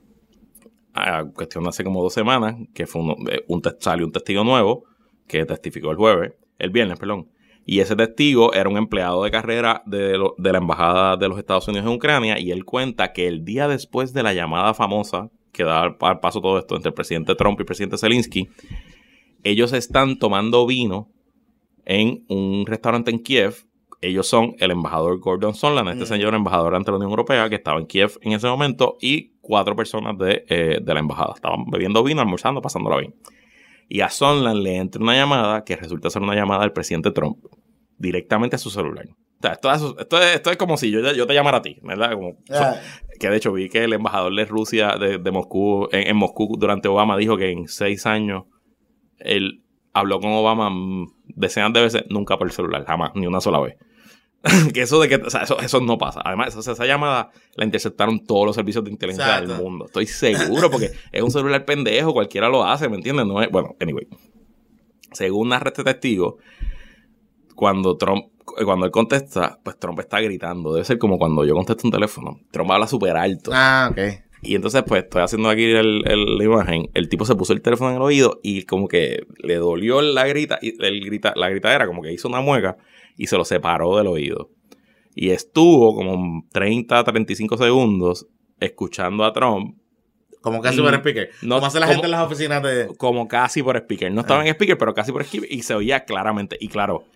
Speaker 1: a cuestión de hace como dos semanas, que fue un, un salió un testigo nuevo que testificó el jueves, el viernes, perdón, y ese testigo era un empleado de carrera de, lo, de la embajada de los Estados Unidos en Ucrania, y él cuenta que el día después de la llamada famosa que da al, al paso todo esto entre el presidente Trump y el presidente Zelensky, ellos están tomando vino en un restaurante en Kiev. Ellos son el embajador Gordon Sondland, este mm. señor embajador ante la Unión Europea que estaba en Kiev en ese momento, y cuatro personas de, eh, de la embajada. Estaban bebiendo vino, almorzando, pasándola bien. Y a Sondland le entra una llamada que resulta ser una llamada del presidente Trump directamente a su celular. O sea, esto, esto, esto, es, esto es como si yo, yo te llamara a ti, ¿verdad? Como, yeah. so, que de hecho vi que el embajador de Rusia, de, de Moscú, en, en Moscú durante Obama, dijo que en seis años él habló con Obama decenas de veces, nunca por el celular, jamás, ni una sola vez. Que eso de que, o sea, eso, eso no pasa. Además, o sea, esa llamada la interceptaron todos los servicios de inteligencia Exacto. del mundo. Estoy seguro, porque es un celular pendejo, cualquiera lo hace, ¿me entiendes? No es, bueno, anyway. Según narra este testigo, cuando Trump, cuando él contesta, pues Trump está gritando. Debe ser como cuando yo contesto un teléfono. Trump habla súper alto.
Speaker 2: Ah, ok.
Speaker 1: Y entonces, pues, estoy haciendo aquí el, el, la imagen. El tipo se puso el teléfono en el oído y como que le dolió la grita, y el grita, la gritadera, como que hizo una mueca y se lo separó del oído. Y estuvo como treinta, treinta y cinco segundos escuchando a Trump.
Speaker 2: Como casi por speaker. No, como hace la como, gente en las oficinas de...
Speaker 1: Como casi por speaker. No estaba ah. en speaker, pero casi por speaker. Y se oía claramente. Y claro,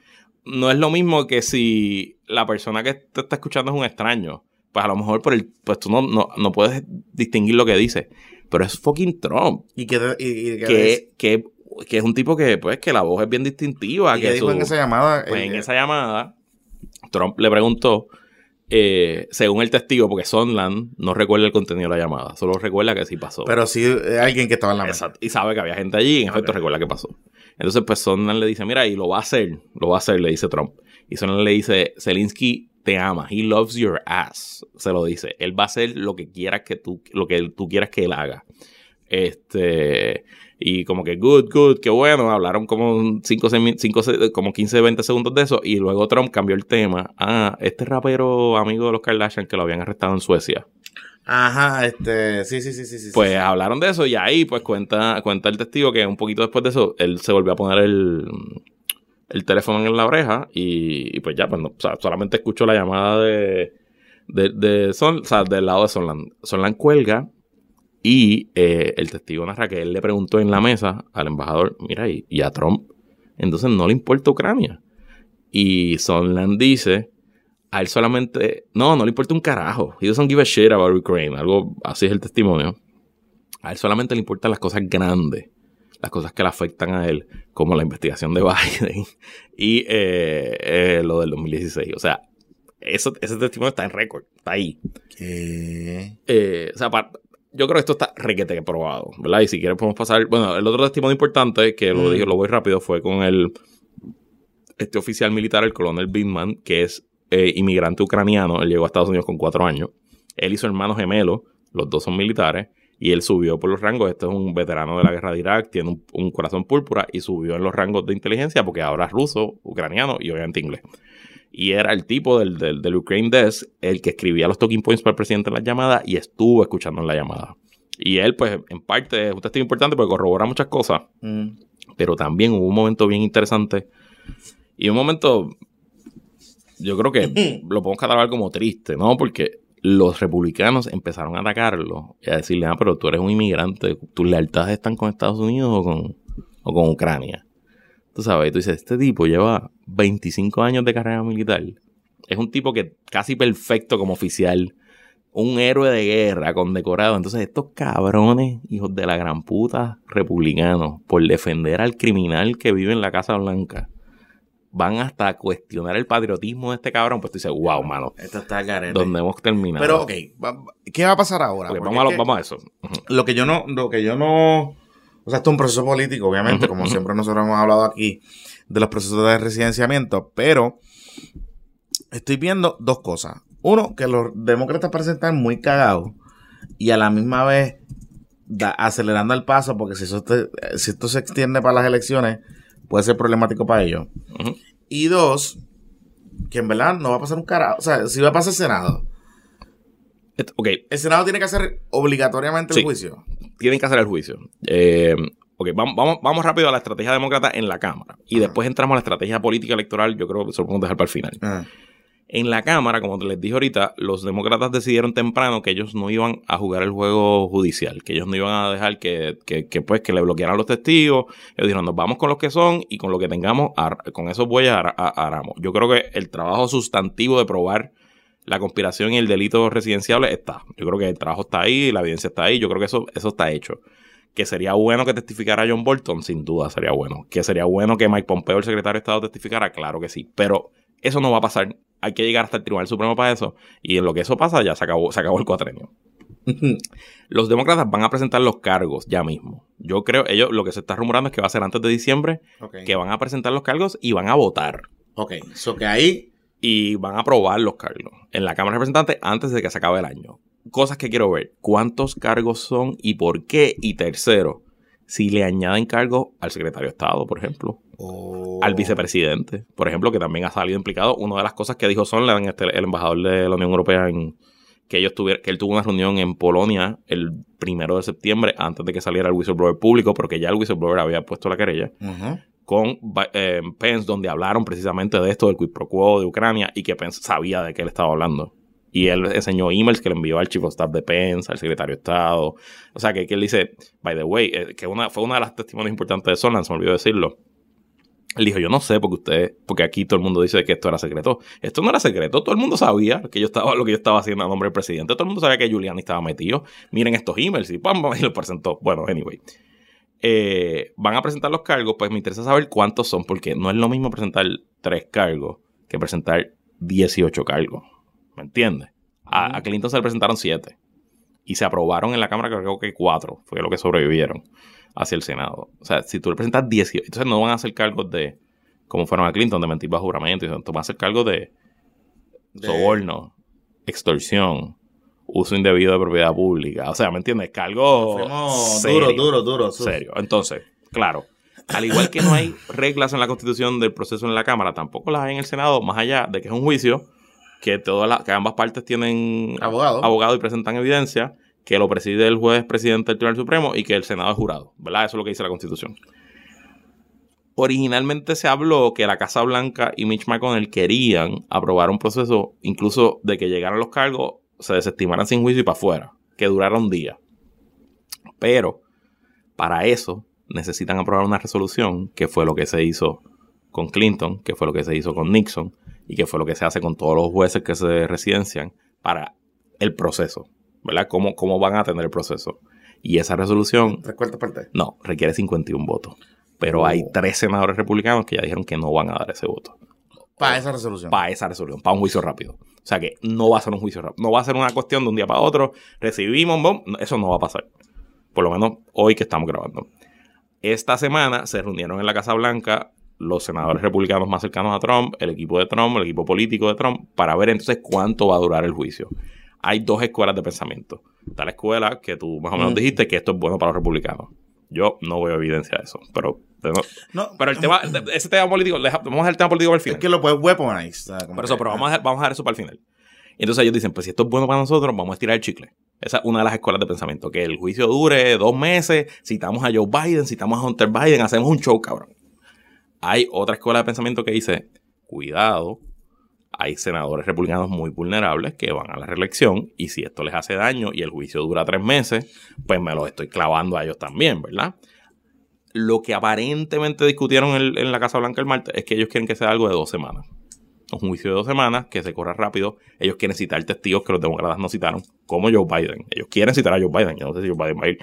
Speaker 1: no es lo mismo que si la persona que te está escuchando es un extraño. Pues a lo mejor por el, pues tú no, no, no puedes distinguir lo que dice. Pero es fucking Trump.
Speaker 2: ¿Y qué, y, y,
Speaker 1: que, que, que es un tipo que, pues, que la voz es bien distintiva.
Speaker 2: ¿Y
Speaker 1: que
Speaker 2: qué dijo
Speaker 1: su,
Speaker 2: en esa llamada?
Speaker 1: Pues en esa llamada, Trump le preguntó, eh, según el testigo, porque Sondland no recuerda el contenido de la llamada, solo recuerda que sí pasó.
Speaker 2: Pero sí eh, alguien que estaba en la mesa.
Speaker 1: Exacto. Y sabe que había gente allí y en okay. efecto recuerda que pasó. Entonces, pues Sondland le dice, mira, y lo va a hacer, lo va a hacer, le dice Trump. Y Sondland le dice, Zelensky te ama, he loves your ass, se lo dice. Él va a hacer lo que quieras que tú, lo que tú quieras que él haga. Este, y como que good, good, qué bueno. Hablaron como cinco, cinco, como quince, veinte segundos de eso. Y luego Trump cambió el tema. Ah, este rapero amigo de los Kardashian que lo habían arrestado en Suecia.
Speaker 2: Ajá, este, sí, sí, sí, sí, sí.
Speaker 1: Pues
Speaker 2: sí.
Speaker 1: hablaron de eso y ahí pues cuenta, cuenta el testigo que un poquito después de eso, él se volvió a poner el, el teléfono en la oreja y, y pues ya, pues no, o sea, solamente escuchó la llamada de, de, de Son, o sea, del lado de Sondland. Sondland cuelga y eh, el testigo narra que él le preguntó en la mesa al embajador, mira, y, y a Trump, entonces no le importa Ucrania. Y Sondland dice, a él solamente, no, no le importa un carajo. He doesn't give a shit about Ukraine. Algo así es el testimonio. A él solamente le importan las cosas grandes, las cosas que le afectan a él, como la investigación de Biden y eh, eh, lo del dos mil dieciséis. O sea, eso, ese testimonio está en récord, está ahí.
Speaker 2: ¿Qué?
Speaker 1: Eh, o sea, para, yo creo que esto está requete probado, ¿verdad? Y si quieres podemos pasar. Bueno, el otro testimonio importante, que lo mm. dije, lo voy rápido, fue con el este oficial militar, el coronel Bindman, que es eh, inmigrante ucraniano. Él llegó a Estados Unidos con cuatro años. Él y su hermano gemelo, los dos son militares. Y él subió por los rangos. Este es un veterano de la guerra de Irak, tiene un, un corazón púrpura y subió en los rangos de inteligencia porque ahora es ruso, ucraniano y obviamente inglés. Y era el tipo del, del, del Ukraine Desk, el que escribía los talking points para el presidente en las llamadas y estuvo escuchando en la llamada. Y él, pues, en parte es un testigo importante porque corrobora muchas cosas, mm. pero también hubo un momento bien interesante y un momento, yo creo que lo podemos catalogar como triste, ¿no? Porque los republicanos empezaron a atacarlo y a decirle, ah, pero tú eres un inmigrante, tus lealtades están con Estados Unidos o con, o con Ucrania. Tú sabes, y tú dices, este tipo lleva veinticinco años de carrera militar. Es un tipo que casi perfecto como oficial, un héroe de guerra condecorado. Entonces estos cabrones, hijos de la gran puta, republicanos, por defender al criminal que vive en la Casa Blanca, van hasta a cuestionar el patriotismo de este cabrón, pues tú dices, wow, mano.
Speaker 2: Esto está carete.
Speaker 1: Donde hemos terminado.
Speaker 2: Pero, ok, ¿qué va a pasar ahora?
Speaker 1: Okay, vamos, a lo, vamos a eso.
Speaker 2: Uh-huh. Lo que yo no, lo que yo no, o sea, esto es un proceso político, obviamente, uh-huh, como uh-huh. siempre nosotros hemos hablado aquí de los procesos de residenciamiento, pero estoy viendo dos cosas. Uno, que los demócratas parecen estar muy cagados y a la misma vez da, acelerando el paso, porque si, eso te, si esto se extiende para las elecciones, puede ser problemático para ellos. Uh-huh. Y dos, que en verdad no va a pasar un carajo. O sea, si va a pasar el Senado.
Speaker 1: Esto, okay.
Speaker 2: El Senado tiene que hacer obligatoriamente
Speaker 1: sí,
Speaker 2: el juicio.
Speaker 1: Tienen que hacer el juicio. Eh, ok, vamos, vamos, vamos rápido a la estrategia demócrata en la Cámara. Y uh-huh. después entramos a la estrategia política electoral. Yo creo que eso lo podemos dejar para el final. Uh-huh. En la Cámara, como les dije ahorita, los demócratas decidieron temprano que ellos no iban a jugar el juego judicial, que ellos no iban a dejar que, que, que pues, que le bloquearan los testigos. Ellos dijeron, nos vamos con los que son y con lo que tengamos, ar- con esos bueyes ar- ar- aramos. Yo creo que el trabajo sustantivo de probar la conspiración y el delito residenciable está. Yo creo que el trabajo está ahí, la evidencia está ahí, yo creo que eso, eso está hecho. Que sería bueno que testificara John Bolton, sin duda sería bueno. Que sería bueno que Mike Pompeo, el secretario de Estado, testificara, claro que sí. Pero eso no va a pasar. Hay que llegar hasta el Tribunal Supremo para eso. Y en lo que eso pasa, ya se acabó, se acabó el cuatrenio. Los demócratas van a presentar los cargos ya mismo. Yo creo, ellos, lo que se está rumorando es que va a ser antes de diciembre, okay, que van a presentar los cargos y van a votar.
Speaker 2: Ok, eso que ahí...
Speaker 1: Y van a aprobar los cargos en la Cámara de Representantes antes de que se acabe el año. Cosas que quiero ver. ¿Cuántos cargos son y por qué? Y tercero, si le añaden cargos al secretario de Estado, por ejemplo. Oh. Al vicepresidente, por ejemplo, que también ha salido implicado. Una de las cosas que dijo Sondland, este, el embajador de la Unión Europea, en, que ellos tuvieron, que él tuvo una reunión en Polonia el primero de septiembre, antes de que saliera el whistleblower público, porque ya el whistleblower había puesto la querella, uh-huh, con eh, Pence, donde hablaron precisamente de esto, del quid pro quo de Ucrania, y que Pence sabía de qué él estaba hablando. Y él enseñó emails que le envió al Chief of Staff de Pence, al secretario de Estado. O sea, que, que él dice, by the way, eh, que una, fue una de las testimonios importantes de Sondland, se me olvidó decirlo. Él dijo, yo no sé, porque usted, porque aquí todo el mundo dice que esto era secreto. Esto no era secreto, todo el mundo sabía que yo estaba, lo que yo estaba haciendo a nombre del presidente. Todo el mundo sabía que Giuliani estaba metido. Miren estos emails y pam, pam, y lo presentó. Bueno, anyway. Eh, van a presentar los cargos, pues me interesa saber cuántos son, porque no es lo mismo presentar tres cargos que presentar dieciocho cargos. ¿Me entiendes? A, a Clinton se le presentaron siete. Y se aprobaron en la Cámara, creo que cuatro. Fue lo que sobrevivieron hacia el Senado. O sea, si tú le presentas dieciocho, entonces no van a hacer cargos de, como fueron a Clinton, de mentir bajo juramento. Entonces van a hacer cargos de, de soborno, extorsión, uso indebido de propiedad pública. O sea, ¿me entiendes? Cargos
Speaker 2: duro, duro, duro.
Speaker 1: Serio. Entonces, claro, al igual que no hay reglas en la Constitución del proceso en la Cámara, tampoco las hay en el Senado, más allá de que es un juicio que, todas las, que ambas partes tienen
Speaker 2: abogado.
Speaker 1: abogado y presentan evidencia, que lo preside el juez presidente del Tribunal Supremo y que el Senado es jurado, ¿verdad? Eso es lo que dice la Constitución. Originalmente se habló que la Casa Blanca y Mitch McConnell querían aprobar un proceso, incluso de que llegaran los cargos, se desestimaran sin juicio y para afuera, que durara un día. Pero para eso necesitan aprobar una resolución, que fue lo que se hizo con Clinton, que fue lo que se hizo con Nixon y que fue lo que se hace con todos los jueces que se residencian para el proceso, ¿verdad? ¿Cómo, cómo van a atender el proceso? Y esa resolución...
Speaker 2: ¿Tres cuartas partes?
Speaker 1: No, requiere cincuenta y uno votos. Pero oh. hay tres senadores republicanos que ya dijeron que no van a dar ese voto.
Speaker 2: Para esa resolución.
Speaker 1: Para esa resolución, para un juicio rápido. O sea que no va a ser un juicio rápido. No va a ser una cuestión de un día para otro. Recibimos, bom, eso no va a pasar. Por lo menos hoy que estamos grabando. Esta semana se reunieron en la Casa Blanca los senadores republicanos más cercanos a Trump, el equipo de Trump, el equipo político de Trump, para ver entonces cuánto va a durar el juicio. Hay dos escuelas de pensamiento. Está la escuela que tú más o menos mm. dijiste que esto es bueno para los republicanos. Yo no veo evidencia de eso, pero... No, no, pero el tema, ese tema político, vamos a dejar el tema político para el final.
Speaker 2: Es que lo puedes weaponize.
Speaker 1: Por eso, pero vamos a, dejar, vamos a dejar eso para el final. Y entonces ellos dicen, pues si esto es bueno para nosotros, vamos a estirar el chicle. Esa es una de las escuelas de pensamiento. Que el juicio dure dos meses, citamos a Joe Biden, citamos a Hunter Biden, hacemos un show, cabrón. Hay otra escuela de pensamiento que dice, cuidado, hay senadores republicanos muy vulnerables que van a la reelección y si esto les hace daño y el juicio dura tres meses, pues me los estoy clavando a ellos también, ¿verdad? Lo que aparentemente discutieron en, en la Casa Blanca el martes es que ellos quieren que sea algo de dos semanas. Un juicio de dos semanas, que se corra rápido. Ellos quieren citar testigos que los demócratas no citaron, como Joe Biden. Ellos quieren citar a Joe Biden. Yo no sé si Joe Biden va a ir.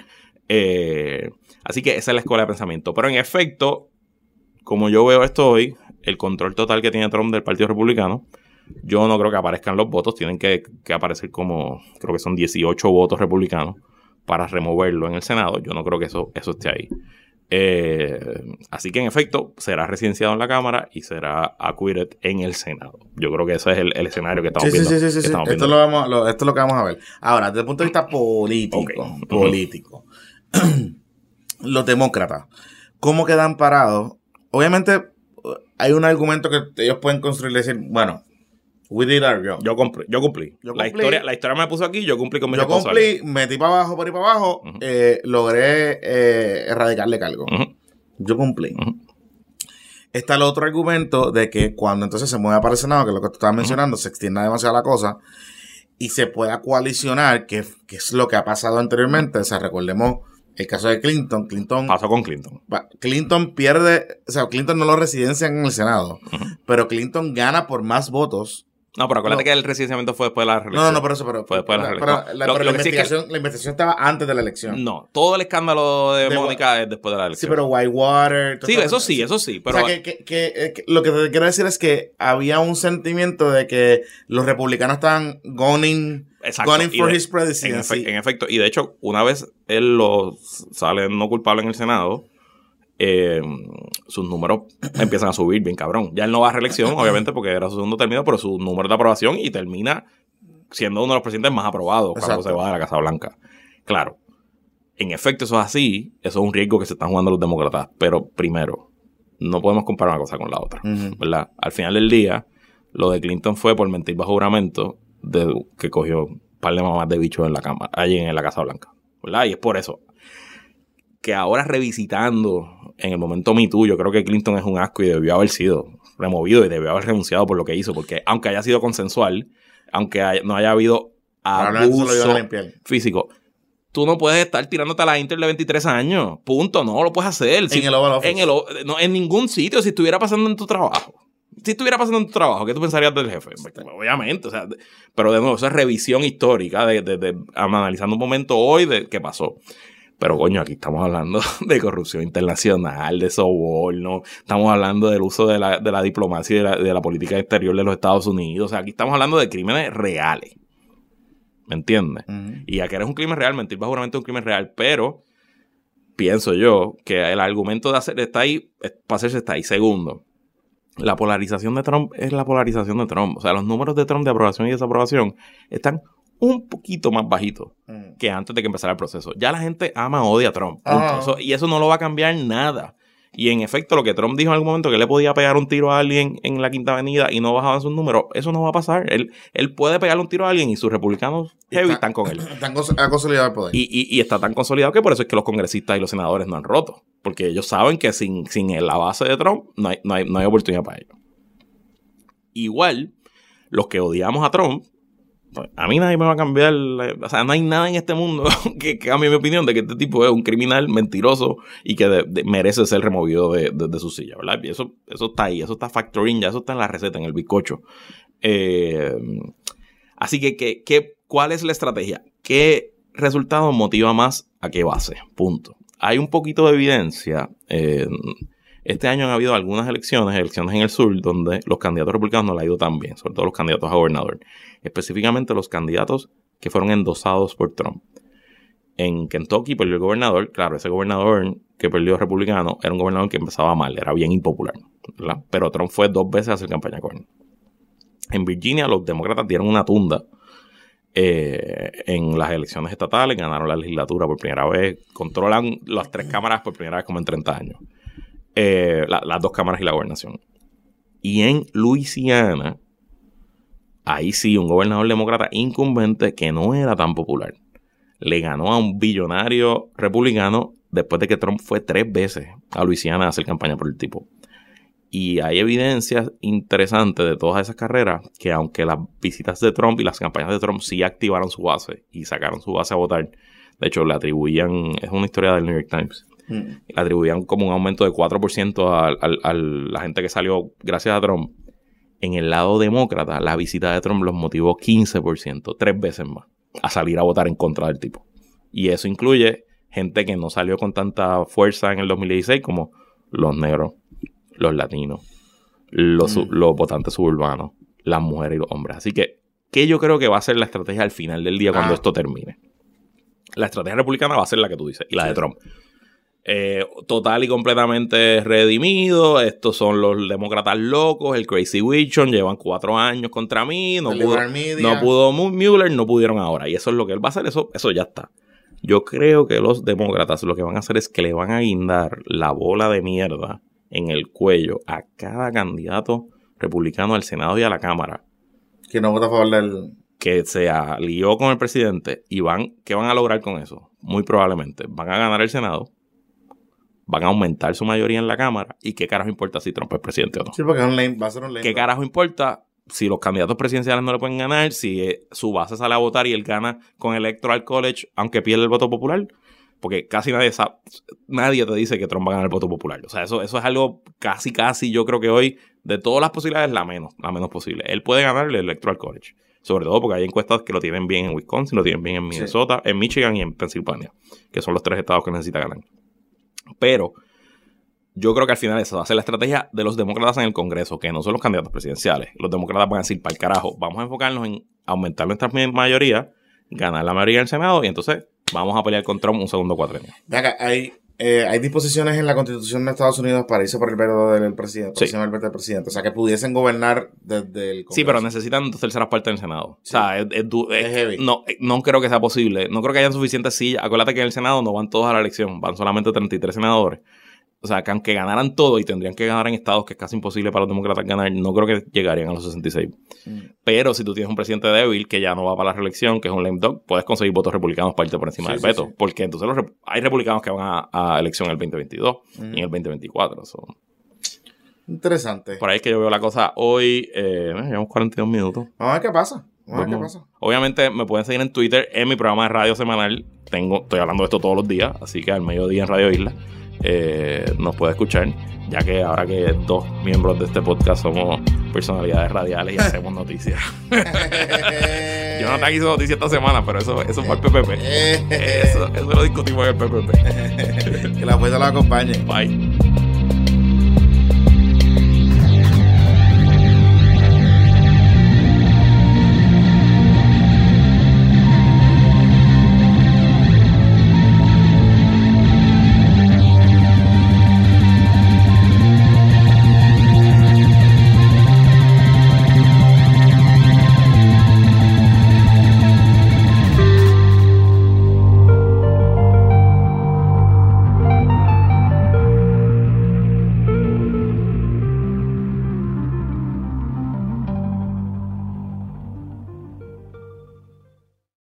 Speaker 1: Eh, así que esa es la escuela de pensamiento. Pero en efecto, como yo veo esto hoy, el control total que tiene Trump del Partido Republicano, yo no creo que aparezcan los votos. Tienen que, que aparecer como, creo que son dieciocho votos republicanos para removerlo en el Senado. Yo no creo que eso, eso esté ahí. Eh, así que en efecto será residenciado en la Cámara y será acquitted en el Senado. Yo creo que ese es el, el escenario que estamos
Speaker 2: sí,
Speaker 1: viendo.
Speaker 2: Sí, sí, sí, sí.
Speaker 1: Estamos
Speaker 2: esto,
Speaker 1: viendo.
Speaker 2: lo vamos, lo, esto es lo que vamos a ver. Ahora, desde el punto de vista político, okay. político, uh-huh. los demócratas, ¿cómo quedan parados? Obviamente hay un argumento que ellos pueden construir y decir, bueno, we did our job.
Speaker 1: Yo cumplí, yo cumplí. Yo la, cumplí. Historia, la historia me puso aquí, yo cumplí con mi responsabilidad.
Speaker 2: Yo cumplí, metí para abajo, por ahí para abajo, uh-huh. eh, logré eh, erradicarle cargo. Uh-huh. Yo cumplí. Uh-huh. Está el otro argumento de que cuando entonces se mueve para el Senado, que es lo que tú estabas mencionando, uh-huh. se extienda demasiado la cosa y se pueda coalicionar, que, que es lo que ha pasado anteriormente. O sea, recordemos el caso de Clinton. Clinton
Speaker 1: pasó con Clinton.
Speaker 2: Clinton pierde, o sea, Clinton no lo residencian en el Senado, uh-huh. pero Clinton gana por más votos.
Speaker 1: No, pero acuérdate no. que el residenciamiento fue después de la reelección.
Speaker 2: No, no, por eso, pero,
Speaker 1: fue después de la reelección.
Speaker 2: Pero, la, lo, pero lo la, investigación, que... la investigación estaba antes de la elección.
Speaker 1: No, todo el escándalo de, de Mónica es después de la elección.
Speaker 2: Sí, pero Whitewater...
Speaker 1: Sí, eso sí, eso sí. Pero...
Speaker 2: O sea, que, que, que, que lo que te quiero decir es que había un sentimiento de que los republicanos estaban gunning, gunning for
Speaker 1: de,
Speaker 2: his presidency.
Speaker 1: En, efe, en efecto, y de hecho, una vez él lo sale no culpable en el Senado, Eh, sus números empiezan a subir bien cabrón. Ya él no va a reelección, obviamente, porque era su segundo término, pero su número de aprobación y termina siendo uno de los presidentes más aprobados cuando se va de la Casa Blanca. Claro, en efecto eso es así, eso es un riesgo que se están jugando los demócratas, pero primero, no podemos comparar una cosa con la otra, uh-huh. ¿verdad? Al final del día, lo de Clinton fue por mentir bajo juramento de, que cogió un par de mamás de bichos en la cámara, allí en la Casa Blanca, ¿verdad? Y es por eso que ahora revisitando en el momento Me Too, yo creo que Clinton es un asco y debió haber sido removido y debió haber renunciado por lo que hizo, porque aunque haya sido consensual, aunque haya, no haya habido abuso físico, tú no puedes estar tirándote a la Inter de veintitrés años. Punto. No lo puedes hacer. Si,
Speaker 2: en el Oval Office.
Speaker 1: En, el, no, en ningún sitio. Si estuviera pasando en tu trabajo. Si estuviera pasando en tu trabajo, ¿qué tú pensarías del jefe? Obviamente. O sea, pero de nuevo, eso es revisión histórica de, de, de, de analizando un momento hoy de qué pasó. Pero, coño, aquí estamos hablando de corrupción internacional, de soborno, estamos hablando del uso de la, de la diplomacia y de la, de la política exterior de los Estados Unidos. O sea, aquí estamos hablando de crímenes reales. ¿Me entiendes? Uh-huh. Y aquí eres un crimen real, mentir bajo juramento es un crimen real, pero pienso yo que el argumento de hacer está ahí, para hacerse está ahí. Segundo, la polarización de Trump es la polarización de Trump. O sea, los números de Trump de aprobación y desaprobación están un poquito más bajitos uh-huh. que antes de que empezara el proceso. Ya la gente ama o odia a Trump. Uh-huh. Eso, y eso no lo va a cambiar nada. Y en efecto, lo que Trump dijo en algún momento, que le podía pegar un tiro a alguien en la Quinta Avenida y no bajaban sus números, eso no va a pasar. Él, él puede pegarle un tiro a alguien y sus republicanos heavy está, están con él.
Speaker 2: Están ha consolidado el poder.
Speaker 1: Y, y, y está tan consolidado que por eso es que los congresistas y los senadores no han roto. Porque ellos saben que sin, sin la base de Trump no hay, no hay, no hay oportunidad para ellos. Igual, los que odiamos a Trump, pues a mí nadie me va a cambiar, o sea, no hay nada en este mundo que, que cambie mi opinión de que este tipo es un criminal mentiroso y que de, de, merece ser removido de, de, de su silla, ¿verdad? Y eso, eso está ahí, eso está factoring ya, eso está en la receta, en el bizcocho. Eh, así que, que, que, ¿cuál es la estrategia? ¿Qué resultado motiva más a qué base? Punto. Hay un poquito de evidencia. Eh, este año han habido algunas elecciones, elecciones en el sur, donde los candidatos republicanos no le ha ido tan bien, sobre todo los candidatos a gobernador. Específicamente los candidatos que fueron endosados por Trump. En Kentucky perdió el gobernador. Claro, ese gobernador que perdió republicano era un gobernador que empezaba mal, era bien impopular, ¿verdad? Pero Trump fue dos veces a hacer campaña con él. En Virginia los demócratas dieron una tunda eh, en las elecciones estatales, ganaron la legislatura por primera vez, controlan las tres cámaras por primera vez como en treinta años. Eh, la, las dos cámaras y la gobernación. Y en Luisiana, ahí sí, un gobernador demócrata incumbente que no era tan popular le ganó a un billonario republicano después de que Trump fue tres veces a Luisiana a hacer campaña por el tipo. Y hay evidencias interesantes de todas esas carreras que aunque las visitas de Trump y las campañas de Trump sí activaron su base y sacaron su base a votar, de hecho le atribuían, es una historia del New York Times, Mm. le atribuían como un aumento de cuatro por ciento a, a, a la gente que salió gracias a Trump. En el lado demócrata, la visita de Trump los motivó quince por ciento, tres veces más, a salir a votar en contra del tipo. Y eso incluye gente que no salió con tanta fuerza en el dos mil dieciséis, como los negros, los latinos, los, mm. los votantes suburbanos, las mujeres y los hombres. Así que, ¿qué yo creo que va a ser la estrategia al final del día cuando ah. esto termine? La estrategia republicana va a ser la que tú dices, y la sí. de Trump. Eh, total y completamente redimido. Estos son los demócratas locos, el Crazy Witchon, llevan cuatro años contra mí, no pudo, no pudo Mueller, no pudieron ahora. Y eso es lo que él va a hacer, eso, eso ya está. Yo creo que los demócratas lo que van a hacer es que le van a guindar la bola de mierda en el cuello a cada candidato republicano al Senado y a la Cámara.
Speaker 2: Que no vota a favor del...
Speaker 1: Que se alió con el presidente y van, ¿qué van a lograr con eso? Muy probablemente van a ganar el Senado, van a aumentar su mayoría en la Cámara. ¿Y qué carajo importa si Trump es presidente o no?
Speaker 2: Sí, porque es un lame, va a ser un lame.
Speaker 1: ¿Qué carajo importa si los candidatos presidenciales no le pueden ganar? Si eh, su base sale a votar y él gana con el Electoral College, aunque pierde el voto popular. Porque casi nadie sabe, nadie te dice que Trump va a ganar el voto popular. O sea, eso, eso es algo casi, casi, yo creo que hoy, de todas las posibilidades, la menos, la menos posible. Él puede ganar el Electoral College. Sobre todo porque hay encuestas que lo tienen bien en Wisconsin, lo tienen bien en Minnesota, sí. en Michigan y en Pensilvania, que son los tres estados que necesita ganar. Pero yo creo que al final esa va a ser la estrategia de los demócratas en el Congreso, que no son los candidatos presidenciales. Los demócratas van a decir, para el carajo, vamos a enfocarnos en aumentar nuestra mayoría, ganar la mayoría del Senado y entonces vamos a pelear con Trump un segundo cuatrenio.
Speaker 2: Venga, hay, eh, hay disposiciones en la Constitución de Estados Unidos para irse por el veto del presidente,
Speaker 1: sí.
Speaker 2: del del presidente. O sea, que pudiesen gobernar desde el Congreso.
Speaker 1: Sí, pero necesitan dos terceras partes del Senado. Sí. O sea, es, es, es,
Speaker 2: es heavy.
Speaker 1: No, no creo que sea posible. No creo que hayan suficientes sillas. Acuérdate que en el Senado no van todos a la elección. Van solamente treinta y tres senadores. O sea, que aunque ganaran todo y tendrían que ganar en estados que es casi imposible para los demócratas ganar, no creo que llegarían a los sesenta y seis. Mm. Pero si tú tienes un presidente débil que ya no va para la reelección, que es un lame duck, puedes conseguir votos republicanos para irte por encima sí, del veto. Sí, sí. Porque entonces los, hay republicanos que van a, a elección en el veinte veintidós mm. y en el veinte veinticuatro. So.
Speaker 2: Interesante.
Speaker 1: Por ahí es que yo veo la cosa hoy. Eh, llevamos cuarenta y dos minutos.
Speaker 2: Vamos a ver qué pasa. Ah, ¿qué pasó?
Speaker 1: Obviamente me pueden seguir en Twitter, en mi programa de radio semanal. Tengo, estoy hablando de esto todos los días, así que al mediodía en Radio Isla eh, nos puede escuchar, ya que ahora que dos miembros de este podcast somos personalidades radiales y hacemos noticias. Yo no te hice noticias esta semana, pero eso, eso fue el P P P. Eso, eso lo discutimos en el P P P.
Speaker 2: Que la fuerza lo acompañe.
Speaker 1: Bye.